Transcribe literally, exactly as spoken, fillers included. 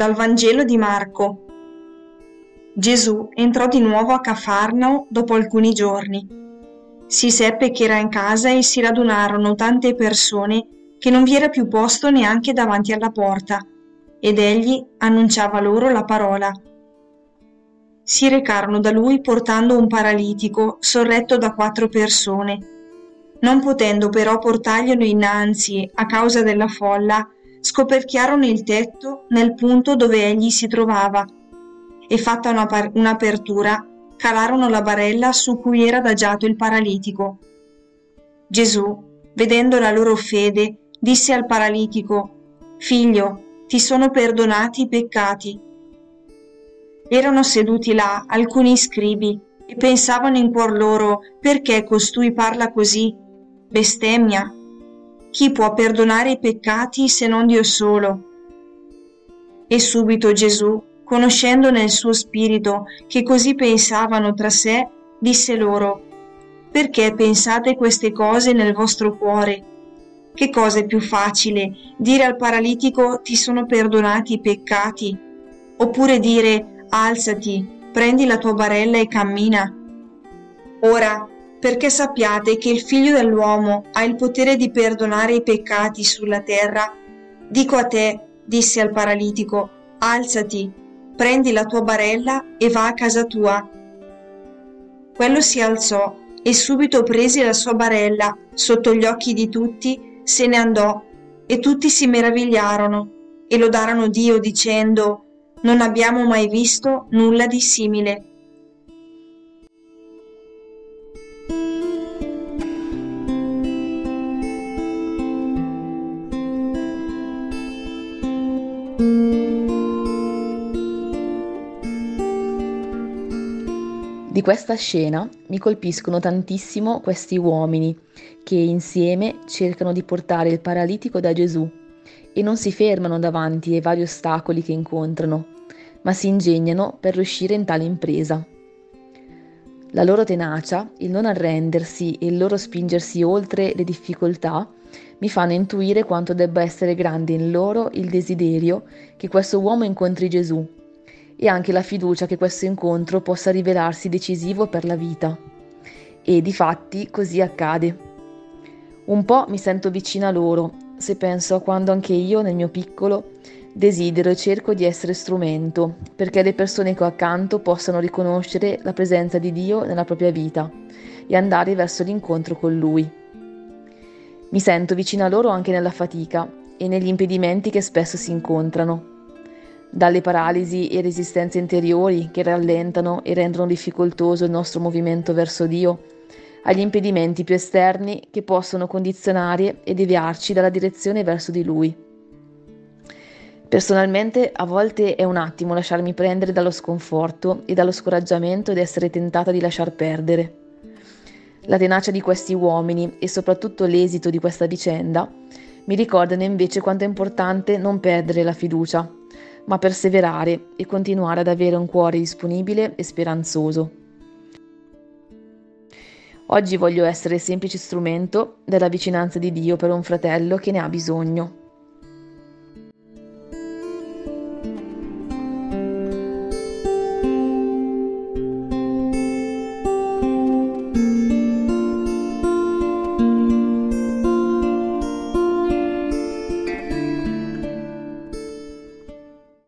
Dal Vangelo di Marco. Gesù entrò di nuovo a Cafarnao dopo alcuni giorni. Si seppe che era in casa e si radunarono tante persone che non vi era più posto neanche davanti alla porta, ed egli annunciava loro la parola. Si recarono da lui portando un paralitico sorretto da quattro persone. Non potendo però portarglielo innanzi a causa della folla, scoperchiarono il tetto nel punto dove egli si trovava e, fatta una par- un'apertura, calarono la barella su cui era adagiato il paralitico. Gesù, vedendo la loro fede, disse al paralitico: «Figlio, ti sono perdonati i peccati». Erano seduti là alcuni scribi e pensavano in cuor loro: «Perché costui parla così? Bestemmia! Chi può perdonare i peccati se non Dio solo?» E subito Gesù, conoscendo nel suo spirito che così pensavano tra sé, disse loro: «Perché pensate queste cose nel vostro cuore? Che cosa è più facile, dire al paralitico: ti sono perdonati i peccati? Oppure dire: alzati, prendi la tua barella e cammina? Ora, perché sappiate che il Figlio dell'uomo ha il potere di perdonare i peccati sulla terra, dico a te», disse al paralitico: «alzati, prendi la tua barella e va a casa tua». Quello si alzò e subito prese la sua barella sotto gli occhi di tutti, se ne andò, e tutti si meravigliarono e lodarono Dio dicendo: «Non abbiamo mai visto nulla di simile». Di questa scena mi colpiscono tantissimo questi uomini che insieme cercano di portare il paralitico da Gesù e non si fermano davanti ai vari ostacoli che incontrano, ma si ingegnano per riuscire in tale impresa. La loro tenacia, il non arrendersi e il loro spingersi oltre le difficoltà mi fanno intuire quanto debba essere grande in loro il desiderio che questo uomo incontri Gesù e anche la fiducia che questo incontro possa rivelarsi decisivo per la vita. E difatti così accade. Un po' mi sento vicina a loro, se penso a quando anche io, nel mio piccolo, desidero e cerco di essere strumento, perché le persone che ho accanto possano riconoscere la presenza di Dio nella propria vita e andare verso l'incontro con Lui. Mi sento vicina a loro anche nella fatica e negli impedimenti che spesso si incontrano. Dalle paralisi e resistenze interiori che rallentano e rendono difficoltoso il nostro movimento verso Dio, agli impedimenti più esterni che possono condizionare e deviarci dalla direzione verso di Lui. Personalmente a volte è un attimo lasciarmi prendere dallo sconforto e dallo scoraggiamento ed essere tentata di lasciar perdere. La tenacia di questi uomini e soprattutto l'esito di questa vicenda mi ricordano invece quanto è importante non perdere la fiducia, ma perseverare e continuare ad avere un cuore disponibile e speranzoso. Oggi voglio essere semplice strumento della vicinanza di Dio per un fratello che ne ha bisogno.